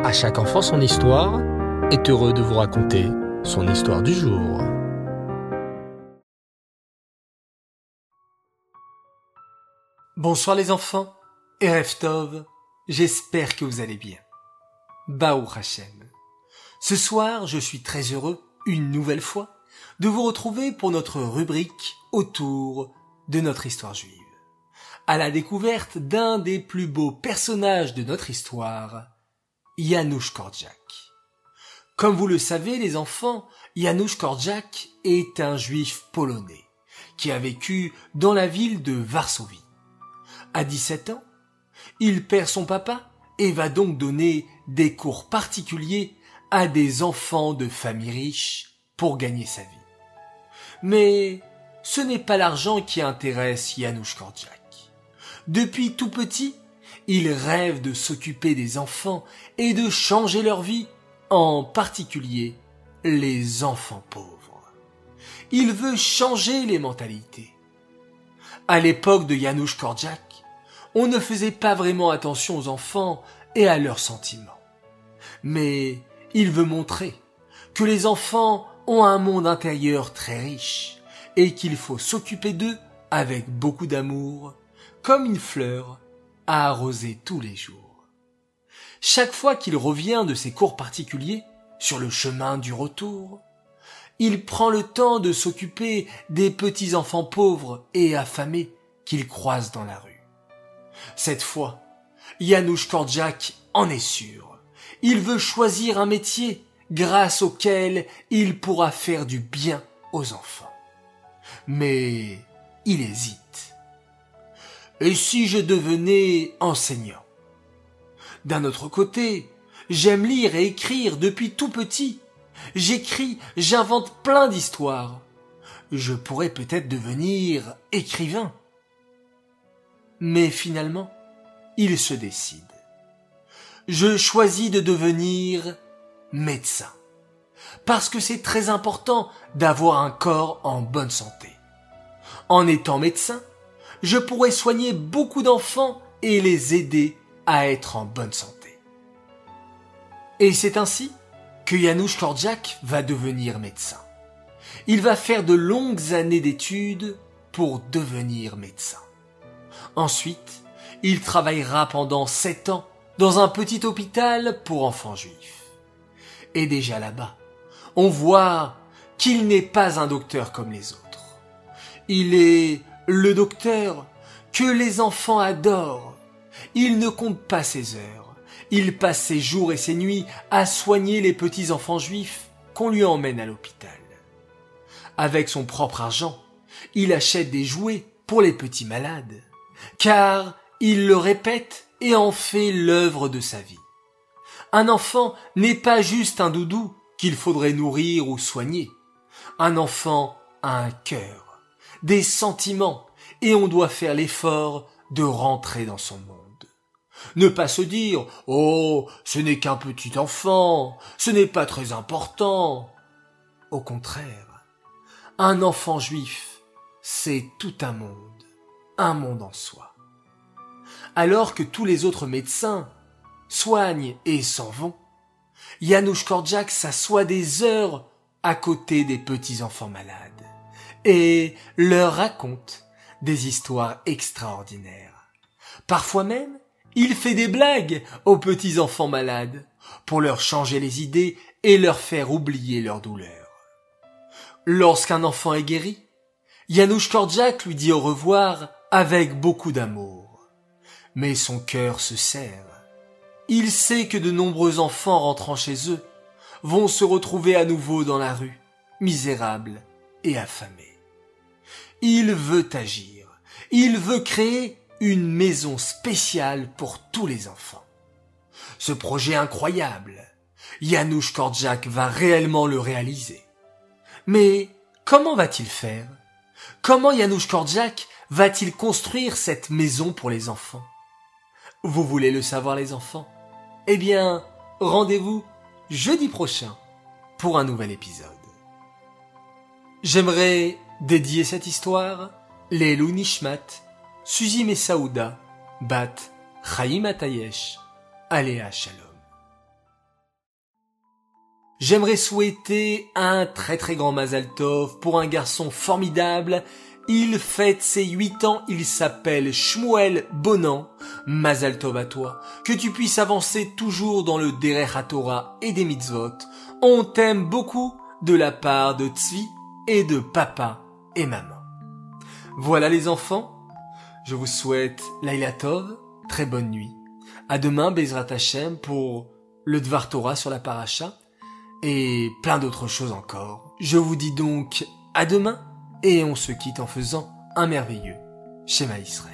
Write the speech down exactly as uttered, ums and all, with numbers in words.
À chaque enfant son histoire est heureux de vous raconter son histoire du jour. Bonsoir les enfants, Erev Tov, j'espère que vous allez bien. Baruch Hashem. Ce soir, je suis très heureux, une nouvelle fois, de vous retrouver pour notre rubrique autour de notre histoire juive. À la découverte d'un des plus beaux personnages de notre histoire, Janusz Korczak. Comme vous le savez les enfants, Janusz Korczak est un juif polonais qui a vécu dans la ville de Varsovie. À dix-sept ans, il perd son papa et va donc donner des cours particuliers à des enfants de familles riches pour gagner sa vie. Mais ce n'est pas l'argent qui intéresse Janusz Korczak. Depuis tout petit, il rêve de s'occuper des enfants et de changer leur vie, en particulier les enfants pauvres. Il veut changer les mentalités. À l'époque de Janusz Korczak, on ne faisait pas vraiment attention aux enfants et à leurs sentiments. Mais il veut montrer que les enfants ont un monde intérieur très riche et qu'il faut s'occuper d'eux avec beaucoup d'amour, comme une fleur à arroser tous les jours. Chaque fois qu'il revient de ses cours particuliers, sur le chemin du retour, il prend le temps de s'occuper des petits enfants pauvres et affamés qu'il croise dans la rue. Cette fois, Janusz Korczak en est sûr. Il veut choisir un métier grâce auquel il pourra faire du bien aux enfants. Mais il hésite. Et si je devenais enseignant? D'un autre côté, j'aime lire et écrire depuis tout petit. J'écris, j'invente plein d'histoires. Je pourrais peut-être devenir écrivain. Mais finalement, il se décide. Je choisis de devenir médecin. Parce que c'est très important d'avoir un corps en bonne santé. En étant médecin, je pourrais soigner beaucoup d'enfants et les aider à être en bonne santé. Et c'est ainsi que Janusz Korczak va devenir médecin. Il va faire de longues années d'études pour devenir médecin. Ensuite, il travaillera pendant sept ans dans un petit hôpital pour enfants juifs. Et déjà là-bas, on voit qu'il n'est pas un docteur comme les autres. Il est le docteur que les enfants adorent. Il ne compte pas ses heures. Il passe ses jours et ses nuits à soigner les petits enfants juifs qu'on lui emmène à l'hôpital. Avec son propre argent, il achète des jouets pour les petits malades, car il le répète et en fait l'œuvre de sa vie. Un enfant n'est pas juste un doudou qu'il faudrait nourrir ou soigner. Un enfant a un cœur, des sentiments, et on doit faire l'effort de rentrer dans son monde. Ne pas se dire « Oh, ce n'est qu'un petit enfant, ce n'est pas très important ». Au contraire, un enfant juif, c'est tout un monde, un monde en soi. Alors que tous les autres médecins soignent et s'en vont, Janusz Korczak s'assoit des heures à côté des petits enfants malades et leur raconte des histoires extraordinaires. Parfois même, il fait des blagues aux petits enfants malades pour leur changer les idées et leur faire oublier leur douleur. Lorsqu'un enfant est guéri, Janusz Korczak lui dit au revoir avec beaucoup d'amour. Mais son cœur se serre. Il sait que de nombreux enfants rentrant chez eux vont se retrouver à nouveau dans la rue, misérables et affamés. Il veut agir. Il veut créer une maison spéciale pour tous les enfants. Ce projet incroyable, Janusz Korczak va réellement le réaliser. Mais comment va-t-il faire? Comment Janusz Korczak va-t-il construire cette maison pour les enfants? Vous voulez le savoir les enfants? Eh bien, rendez-vous jeudi prochain pour un nouvel épisode. J'aimerais dédier cette histoire Leilou Nishmat, Suzy Messaouda, Bat Chaim Atayesh, Aléa Shalom. J'aimerais souhaiter un très très grand Mazal Tov pour un garçon formidable. Il fête ses huit ans, il s'appelle Shmuel Bonan. Mazal Tov à toi, que tu puisses avancer toujours dans le Derech HaTorah et des mitzvot. On t'aime beaucoup de la part de Tzvi et de papa et maman. Voilà les enfants, je vous souhaite Laila Tov, très bonne nuit. À demain Bezrat Hashem pour le Dvar Torah sur la paracha et plein d'autres choses encore. Je vous dis donc à demain et on se quitte en faisant un merveilleux Shema Israël.